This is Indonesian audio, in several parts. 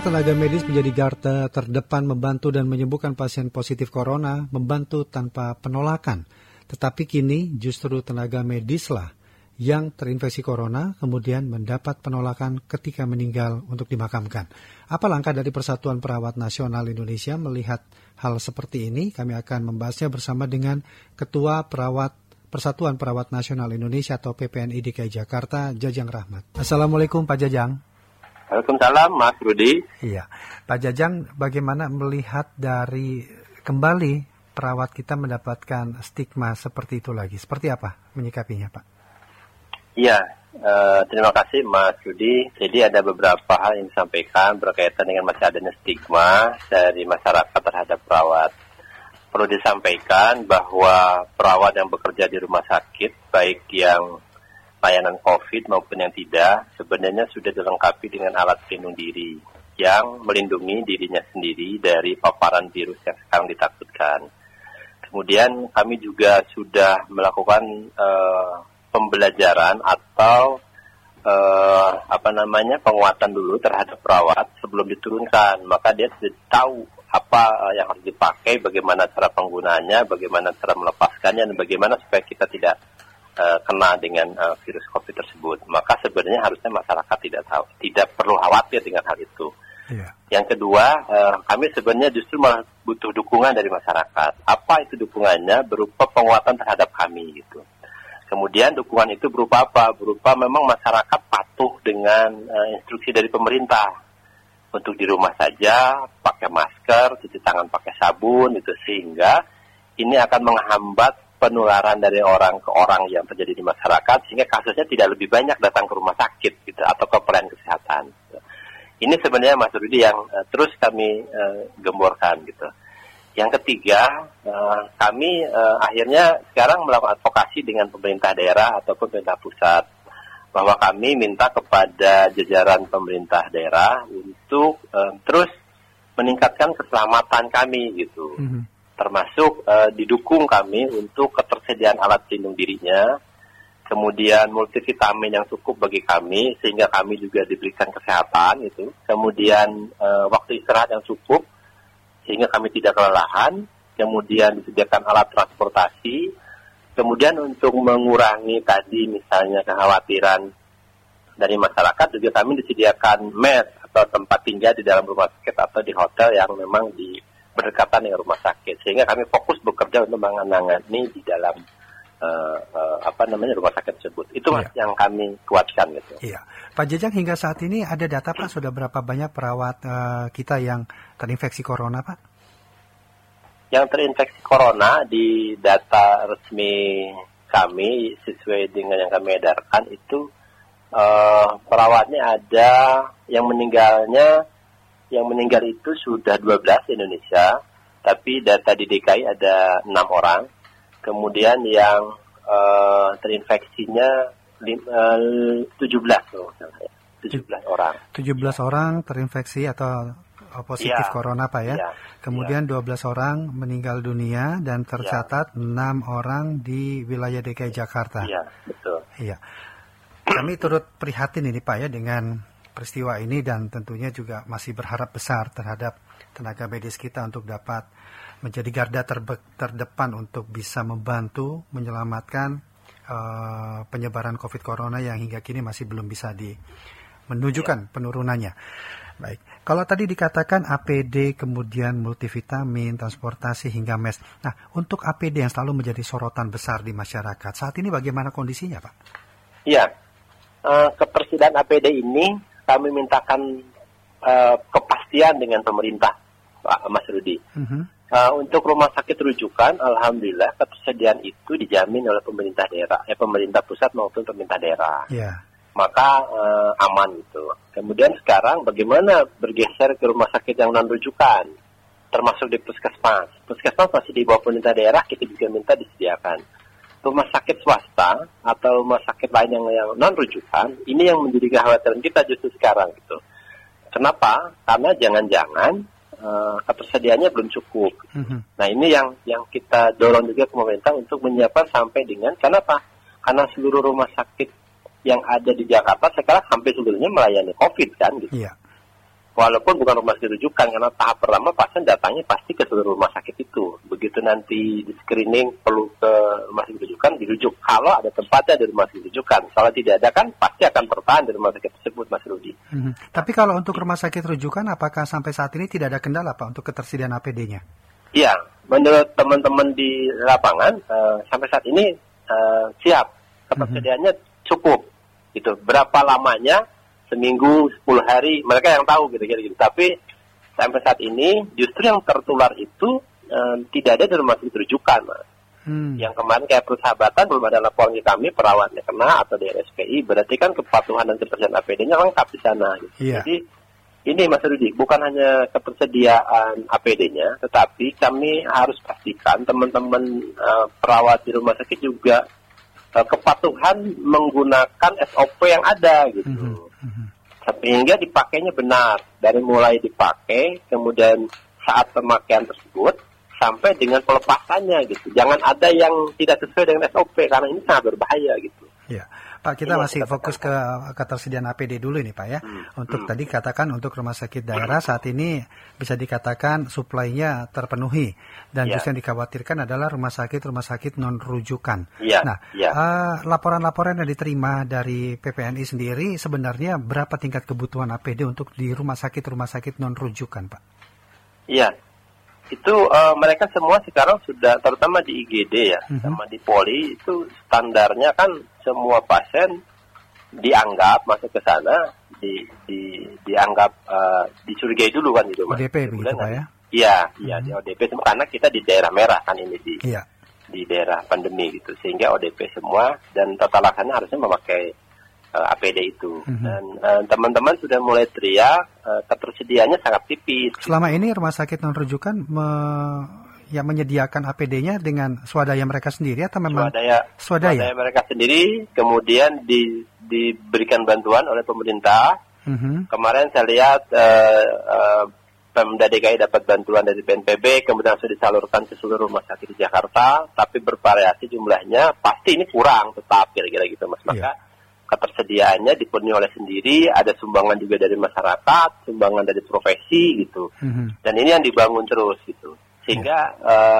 Tenaga medis menjadi garda terdepan membantu dan menyembuhkan pasien positif corona, membantu tanpa penolakan. Tetapi kini justru tenaga medislah yang terinfeksi corona kemudian mendapat penolakan ketika meninggal untuk dimakamkan. Apa langkah dari Persatuan Perawat Nasional Indonesia melihat hal seperti ini? Kami akan membahasnya bersama dengan Ketua Persatuan Perawat Nasional Indonesia atau PPNI DKI Jakarta, Jajang Rahmat. Assalamualaikum Pak Jajang. Waalaikumsalam Mas Rudi. Iya, Pak Jajang, bagaimana melihat dari kembali perawat kita mendapatkan stigma seperti itu lagi? Seperti apa menyikapinya, Pak? Iya, terima kasih Mas Rudi. Jadi ada beberapa hal yang disampaikan berkaitan dengan masih adanya stigma dari masyarakat terhadap perawat. Perlu disampaikan bahwa perawat yang bekerja di rumah sakit, baik yang layanan COVID maupun yang tidak, sebenarnya sudah dilengkapi dengan alat pelindung diri yang melindungi dirinya sendiri dari paparan virus yang sekarang ditakutkan. Kemudian kami juga sudah melakukan pembelajaran atau penguatan dulu terhadap perawat sebelum diturunkan. Maka dia sudah tahu apa yang harus dipakai, bagaimana cara penggunaannya, bagaimana cara melepaskannya, dan bagaimana supaya kita tidak kena dengan virus COVID tersebut. Maka sebenarnya harusnya masyarakat tidak perlu khawatir dengan hal itu. Yeah. Yang kedua, kami sebenarnya justru malah butuh dukungan dari masyarakat. Apa itu dukungannya? Berupa penguatan terhadap kami gitu. Kemudian dukungan itu berupa apa? Berupa memang masyarakat patuh dengan instruksi dari pemerintah untuk di rumah saja, pakai masker, cuci tangan pakai sabun, itu sehingga ini akan menghambat penularan dari orang ke orang yang terjadi di masyarakat, sehingga kasusnya tidak lebih banyak datang ke rumah sakit gitu, atau ke pelayanan kesehatan. Ini sebenarnya Mas Rudi yang terus kami gemborkan gitu. Yang ketiga, kami akhirnya sekarang melakukan advokasi dengan pemerintah daerah ataupun pemerintah pusat, bahwa kami minta kepada jajaran pemerintah daerah untuk terus meningkatkan keselamatan kami gitu. Termasuk didukung kami untuk ketersediaan alat pelindung dirinya, kemudian multivitamin yang cukup bagi kami sehingga kami juga diberikan kesehatan itu, kemudian waktu istirahat yang cukup sehingga kami tidak kelelahan, kemudian disediakan alat transportasi, kemudian untuk mengurangi tadi misalnya kekhawatiran dari masyarakat juga kami disediakan mes atau tempat tinggal di dalam rumah sakit atau di hotel yang memang berdekatan dengan rumah sakit, sehingga kami fokus bekerja untuk menangani di dalam rumah sakit tersebut. Itu yang kami kuatkan gitu. Iya, Pak Jajang, hingga saat ini ada data Pak, sudah berapa banyak perawat kita yang terinfeksi corona Pak? Yang terinfeksi corona di data resmi kami sesuai dengan yang kami edarkan itu perawatnya ada yang meninggal itu sudah 12 di Indonesia, tapi data di DKI ada 6 orang. Kemudian yang terinfeksinya 17 orang. 17 orang terinfeksi atau positif corona Pak ya. Kemudian 12 orang meninggal dunia dan tercatat 6 orang di wilayah DKI Jakarta. Iya, betul. Iya. Kami turut prihatin ini Pak ya dengan peristiwa ini, dan tentunya juga masih berharap besar terhadap tenaga medis kita untuk dapat menjadi garda terdepan untuk bisa membantu menyelamatkan penyebaran COVID corona yang hingga kini masih belum bisa menunjukkan penurunannya. Baik, kalau tadi dikatakan APD, kemudian multivitamin, transportasi hingga mes. Nah, untuk APD yang selalu menjadi sorotan besar di masyarakat, saat ini bagaimana kondisinya Pak? Iya, ketersediaan APD ini kami mintakan kepastian dengan pemerintah, Pak Mas Rudi. Untuk rumah sakit rujukan, alhamdulillah ketersediaan itu dijamin oleh pemerintah daerah, pemerintah pusat maupun pemerintah daerah. Maka aman gitu. Kemudian sekarang bagaimana bergeser ke rumah sakit yang non rujukan, termasuk di puskesmas. Puskesmas masih di bawah pemerintah daerah, kita juga minta disediakan. Rumah sakit swasta atau rumah sakit lain yang non rujukan, ini yang menjadi kekhawatiran kita justru sekarang gitu. Kenapa? Karena jangan-jangan ketersediaannya belum cukup. Nah, ini yang kita dorong juga ke pemerintah untuk menyiapkan sampai dengan, kenapa? Karena seluruh rumah sakit yang ada di Jakarta sekarang hampir seluruhnya melayani COVID kan gitu. walaupun bukan rumah sakit rujukan, karena tahap pertama pasien datangnya pasti ke seluruh rumah sakit itu. Begitu nanti di screening perlu ke rumah sakit rujukan, dirujuk. Kalau ada tempatnya di rumah sakit rujukan, kalau tidak ada kan pasti akan bertahan di rumah sakit tersebut, Mas Rudi. Tapi kalau untuk rumah sakit rujukan, apakah sampai saat ini tidak ada kendala Pak untuk ketersediaan APD-nya? Iya, menurut teman-teman di lapangan sampai saat ini siap, ketersediaannya cukup. Gitu. Berapa lamanya? Seminggu, 10 hari, mereka yang tahu gitu. Tapi sampai saat ini justru yang tertular itu tidak ada di rumah sakit rujukan. Yang kemarin kayak Persahabatan belum ada laporan ke kami perawatnya kena atau di RSPI, berarti kan kepatuhan dan ketersediaan APD-nya lengkap di sana. Gitu. Yeah. Jadi ini Mas Rudi, bukan hanya ketersediaan APD-nya, tetapi kami harus pastikan teman-teman perawat di rumah sakit juga kepatuhan menggunakan SOP yang ada gitu. Sehingga dipakainya benar, dari mulai dipakai, kemudian saat pemakaian tersebut sampai dengan pelepasannya gitu. Jangan ada yang tidak sesuai dengan SOP karena ini sangat berbahaya gitu. Ya, Pak, kita masih fokus ke ketersediaan APD dulu ini Pak ya. Untuk tadi katakan untuk rumah sakit daerah saat ini bisa dikatakan suplainya terpenuhi dan justru yang dikhawatirkan adalah rumah sakit non rujukan. Laporan-laporan yang diterima dari PPNI sendiri sebenarnya berapa tingkat kebutuhan APD untuk di rumah sakit non rujukan Pak? Iya. Itu mereka semua sekarang sudah, terutama di IGD ya, sama di Poli, itu standarnya kan semua pasien dianggap masuk ke sana, dianggap dicurigai dulu kan gitu Mas. ODP begitu Pak ya? Iya, di ODP semua, karena kita di daerah merah kan ini di daerah pandemi gitu, sehingga ODP semua dan tata laksana harusnya memakai APD itu. Dan teman-teman sudah mulai teriak, ketersediaannya sangat tipis. Selama ini rumah sakit non rujukan menyediakan APD-nya dengan swadaya mereka sendiri atau memang swadaya mereka sendiri, kemudian diberikan bantuan oleh pemerintah. Kemarin saya lihat Pemda DKI dapat bantuan dari BNPB, kemudian sudah disalurkan ke seluruh rumah sakit di Jakarta, tapi bervariasi jumlahnya, pasti ini kurang tetap kira-kira gitu Mas. Maka ketersediaannya dipenuhi oleh sendiri, ada sumbangan juga dari masyarakat, sumbangan dari profesi gitu. Dan ini yang dibangun terus gitu. Sehingga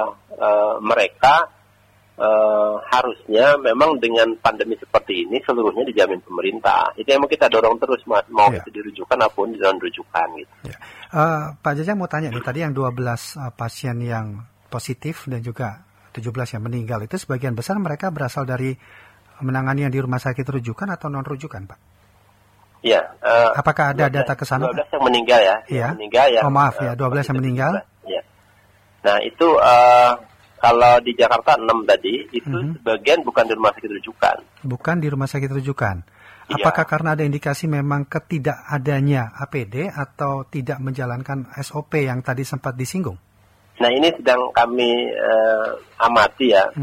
mereka harusnya memang dengan pandemi seperti ini seluruhnya dijamin pemerintah. Itu yang mau kita dorong terus Mas, mau itu dirujukan maupun di non rujukan gitu. Pak Jajang mau tanya nih, tadi yang 12 pasien yang positif dan juga 17 yang meninggal itu sebagian besar mereka berasal dari menangani yang di rumah sakit rujukan atau non rujukan, Pak? Iya. Apakah ada data ke sana? 12 yang meninggal ya. Iya. Meninggal ya. 12 yang meninggal. Iya. Nah itu kalau di Jakarta 6 tadi itu sebagian bukan di rumah sakit rujukan. Bukan di rumah sakit rujukan. Apakah karena ada indikasi memang ketidakadanya APD atau tidak menjalankan SOP yang tadi sempat disinggung? Nah ini sedang kami amati ya.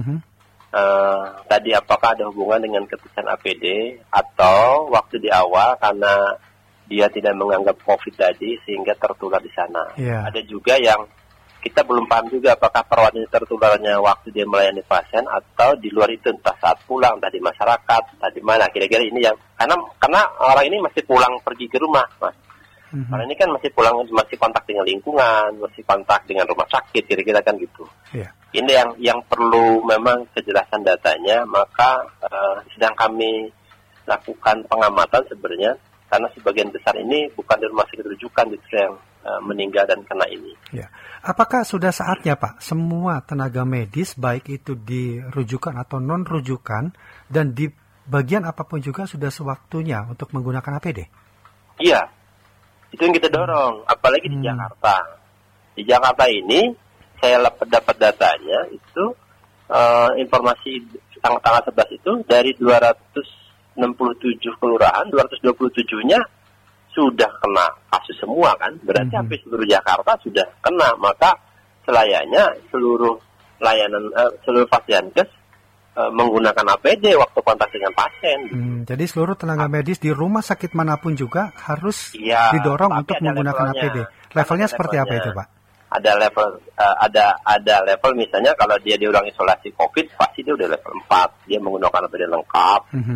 Tadi apakah ada hubungan dengan ketersediaan APD atau waktu di awal karena dia tidak menganggap COVID tadi sehingga tertular di sana. Ada juga yang kita belum paham juga apakah perawatnya tertularnya waktu dia melayani pasien atau di luar itu, entah saat pulang, entah di masyarakat, entah di mana. Kira-kira ini yang karena orang ini masih pulang pergi ke rumah, Mas. Orang ini kan masih pulang, masih kontak dengan lingkungan, masih kontak dengan rumah sakit, kira-kira kan gitu. Ini yang perlu memang kejelasan datanya, maka sedang kami lakukan pengamatan sebenarnya, karena sebagian besar ini bukan di rumah sakit rujukan justru yang meninggal dan kena ini. Apakah sudah saatnya Pak, semua tenaga medis baik itu di rujukan atau non rujukan dan di bagian apapun juga sudah sewaktunya untuk menggunakan APD? Iya, itu yang kita dorong, apalagi di Jakarta. Di Jakarta ini saya dapat datanya itu informasi tanggal 11 itu dari 267 kelurahan, 227-nya sudah kena kasus semua kan, berarti hampir seluruh Jakarta sudah kena, maka selayaknya seluruh layanan seluruh Fasiankes menggunakan APD waktu kontak dengan pasien. Jadi seluruh tenaga medis di rumah sakit manapun juga harus didorong untuk menggunakan APD. Levelnya seperti apa itu Pak? Ada level ada level misalnya kalau dia di ruang isolasi COVID pasti dia udah level 4, dia menggunakan APD lengkap.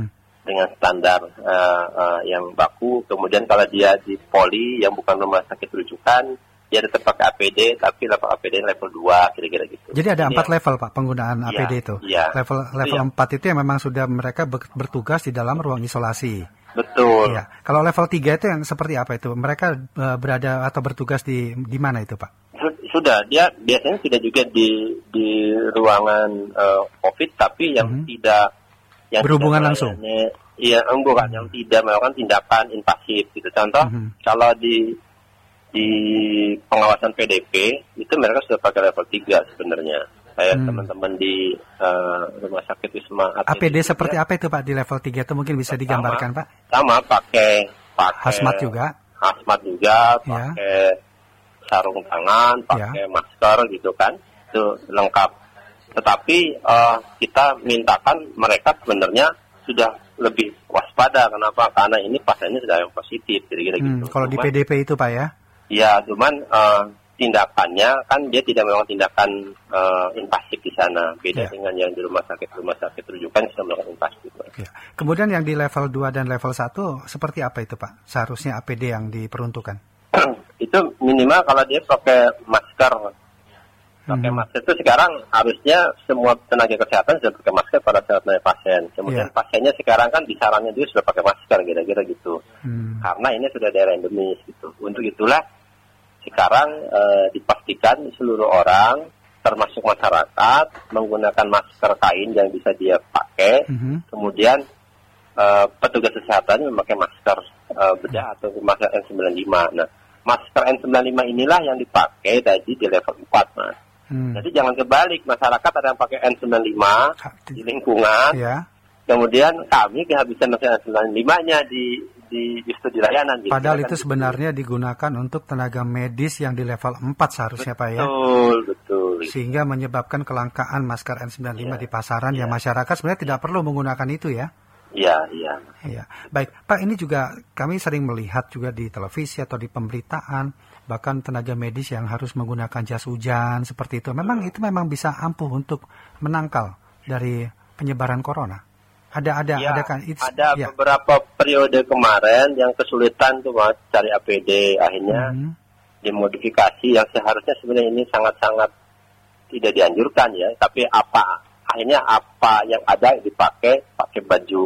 dengan standar yang baku. Kemudian kalau dia di poli yang bukan rumah sakit rujukan, dia tetap pakai APD, tapi level APD level 2, kira-kira gitu. Jadi ada 4 level, Pak, penggunaan APD itu. Iya. Level 4 itu yang memang sudah mereka bertugas di dalam ruang isolasi. Betul. Ya. Kalau level 3 itu yang seperti apa itu? Mereka berada atau bertugas di mana itu, Pak? Sudah, dia biasanya sudah juga di ruangan COVID, tapi yang tidak yang berhubungan tidak langsung. Iya, bukan yang tidak melakukan tindakan invasif gitu. Contoh, kalau di pengawasan PDP itu mereka sudah pakai level 3 sebenarnya. Kayak teman-teman di rumah sakit Wisma Atlet. APD seperti apa itu, Pak, di level 3 itu mungkin bisa digambarkan, Pak? Sama, pakai hazmat juga. Hazmat juga, pakai sarung tangan, pakai masker gitu kan. Itu lengkap. Tetapi kita mintakan mereka sebenarnya sudah lebih waspada. Kenapa? Karena ini pasiennya sudah yang positif, kira-kira gitu. Kalau di PDP itu, Pak, ya? Ya, cuman tindakannya kan dia tidak melakukan tindakan invasif di sana. Beda dengan yang di rumah sakit rujukan sudah melakukan invasif. Ya. Kemudian yang di level 2 dan level 1 seperti apa itu, Pak? Seharusnya APD yang diperuntukkan? Itu minimal kalau dia pakai masker. Pakai masker itu sekarang harusnya semua tenaga kesehatan sudah pakai masker pada saat naik pasien. Kemudian pasiennya sekarang kan disarankan juga sudah pakai masker, kira-kira gitu. Karena ini sudah daerah endemis gitu. Untuk itulah sekarang dipastikan seluruh orang, termasuk masyarakat, menggunakan masker kain yang bisa dia pakai. Kemudian petugas kesehatan memakai masker bedah atau masker N95. Nah, masker N95 inilah yang dipakai tadi di level 4, Mas. Jadi jangan kebalik, masyarakat ada yang pakai N95 di lingkungan, kemudian kami kehabisan masker N95-nya justru di layanan. Padahal itu sebenarnya digunakan untuk tenaga medis yang di level 4 seharusnya, Pak, ya? Betul. Sehingga menyebabkan kelangkaan masker N95 di pasaran, yang masyarakat sebenarnya tidak perlu menggunakan itu, ya? Iya. Baik, Pak, ini juga kami sering melihat juga di televisi atau di pemberitaan, bahkan tenaga medis yang harus menggunakan jas hujan seperti itu. Memang itu memang bisa ampuh untuk menangkal dari penyebaran corona. Ada beberapa periode kemarin yang kesulitan tuh, Mas, cari APD, akhirnya dimodifikasi yang seharusnya sebenarnya ini sangat-sangat tidak dianjurkan ya, tapi akhirnya apa yang ada dipakai baju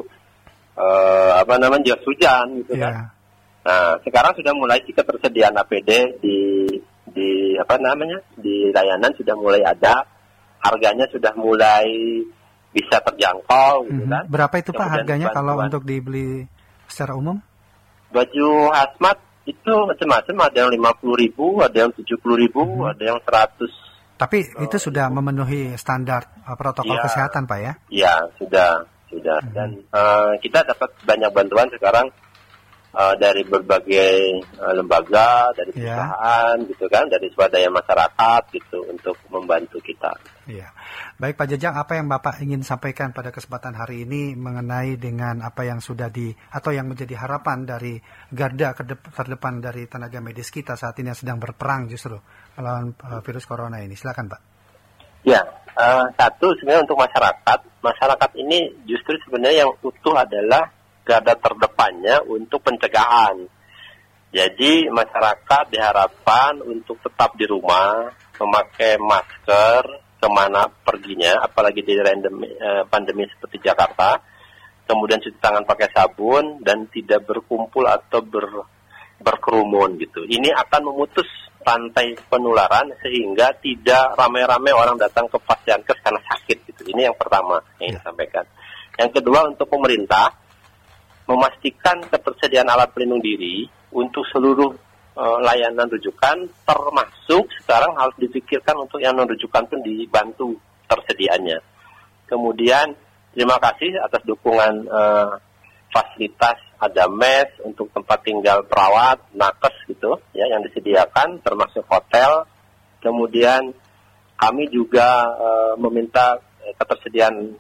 jas hujan gitu kan. Nah, sekarang sudah mulai ketersediaan APD di layanan sudah mulai ada, harganya sudah mulai bisa terjangkau gitu kan. Berapa itu, Pak, harganya kalau untuk dibeli secara umum? Baju hazmat itu macam-macam, ada yang 50.000, ada yang 70.000, ada yang 100. Tapi itu sudah memenuhi standar protokol kesehatan, Pak, ya? Iya, sudah. Dan kita dapat banyak bantuan sekarang dari berbagai lembaga, dari perusahaan, gitu kan, dari swadaya masyarakat, gitu, untuk membantu kita. Iya. Baik, Pak Jajang, apa yang Bapak ingin sampaikan pada kesempatan hari ini mengenai dengan apa yang sudah atau yang menjadi harapan dari garda terdepan dari tenaga medis kita saat ini yang sedang berperang justru melawan virus corona ini? Silakan, Pak. Ya, satu sebenarnya untuk masyarakat ini justru sebenarnya yang utuh adalah garda terdepannya untuk pencegahan. Jadi masyarakat diharapkan untuk tetap di rumah, memakai masker kemana perginya, apalagi di pandemi seperti Jakarta, kemudian cuci tangan pakai sabun dan tidak berkumpul atau berkerumun gitu. Ini akan memutus rantai penularan sehingga tidak ramai-ramai orang datang ke Fasyankes karena sakit gitu. Ini yang pertama yang ingin sampaikan. Yang kedua, untuk pemerintah memastikan ketersediaan alat pelindung diri untuk seluruh layanan rujukan, termasuk sekarang harus dipikirkan untuk yang non-rujukan pun dibantu tersediaannya. Kemudian terima kasih atas dukungan fasilitas, ada mes untuk tempat tinggal perawat, nakes gitu ya yang disediakan, termasuk hotel. Kemudian kami juga meminta ketersediaan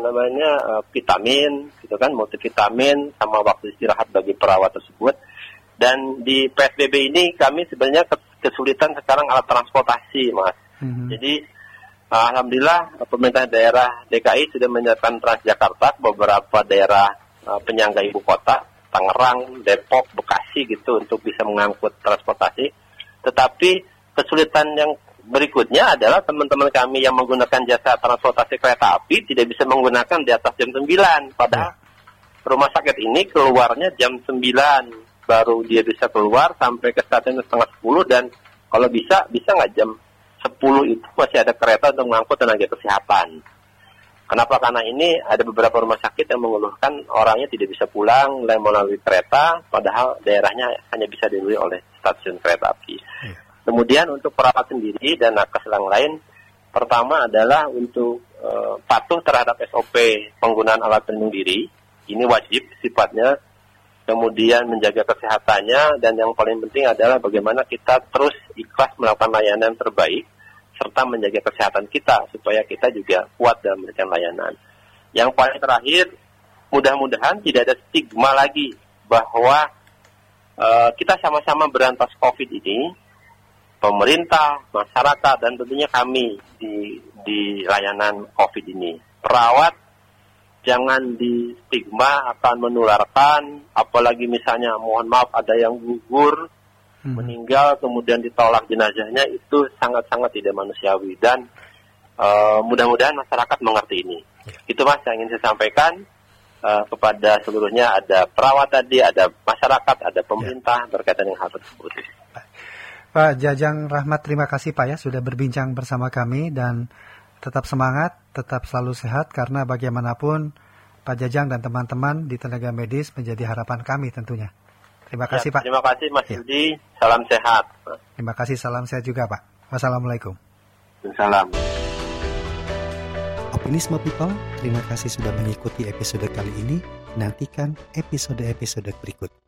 vitamin gitu kan, multivitamin sama waktu istirahat bagi perawat tersebut. Dan di PSBB ini kami sebenarnya kesulitan sekarang alat transportasi, Mas. Jadi alhamdulillah pemerintah daerah DKI sudah menyiapkan Transjakarta ke beberapa daerah penyangga ibu kota, Tangerang, Depok, Bekasi gitu untuk bisa mengangkut transportasi. Tetapi kesulitan yang berikutnya adalah teman-teman kami yang menggunakan jasa transportasi kereta api tidak bisa menggunakan di atas jam 9. Padahal rumah sakit ini keluarnya jam 9. Baru dia bisa keluar sampai ke stasiun setengah 10. Dan kalau bisa nggak jam 10 itu masih ada kereta untuk mengangkut tenaga kesehatan. Kenapa? Karena ini ada beberapa rumah sakit yang mengeluhkan orangnya tidak bisa pulang melalui kereta, padahal daerahnya hanya bisa dilalui oleh stasiun kereta api. Kemudian untuk perawat sendiri dan nakes yang lain, pertama adalah untuk patuh terhadap SOP penggunaan alat pelindung diri. Ini wajib sifatnya. Kemudian menjaga kesehatannya, dan yang paling penting adalah bagaimana kita terus ikhlas melakukan layanan terbaik serta menjaga kesehatan kita supaya kita juga kuat dalam memberikan layanan. Yang paling terakhir, mudah-mudahan tidak ada stigma lagi bahwa kita sama-sama berantas COVID ini, pemerintah, masyarakat, dan tentunya kami di layanan COVID ini. Perawat jangan di stigma akan menularkan, apalagi misalnya mohon maaf ada yang gugur, meninggal, kemudian ditolak jenazahnya, itu sangat-sangat tidak manusiawi. Dan mudah-mudahan masyarakat mengerti ini. Itu Mas yang ingin saya sampaikan kepada seluruhnya. Ada perawat tadi, ada masyarakat, ada pemerintah berkaitan dengan hal tersebut. Pak Jajang Rahmat, terima kasih Pak ya sudah berbincang bersama kami, dan tetap semangat, tetap selalu sehat, karena bagaimanapun Pak Jajang dan teman-teman di tenaga medis menjadi harapan kami tentunya. Terima kasih Pak. Terima kasih Mas Yudi, salam sehat. Terima kasih, salam sehat juga Pak. Wassalamualaikum. Salam. Optimisme People, terima kasih sudah mengikuti episode kali ini. Nantikan episode-episode berikut.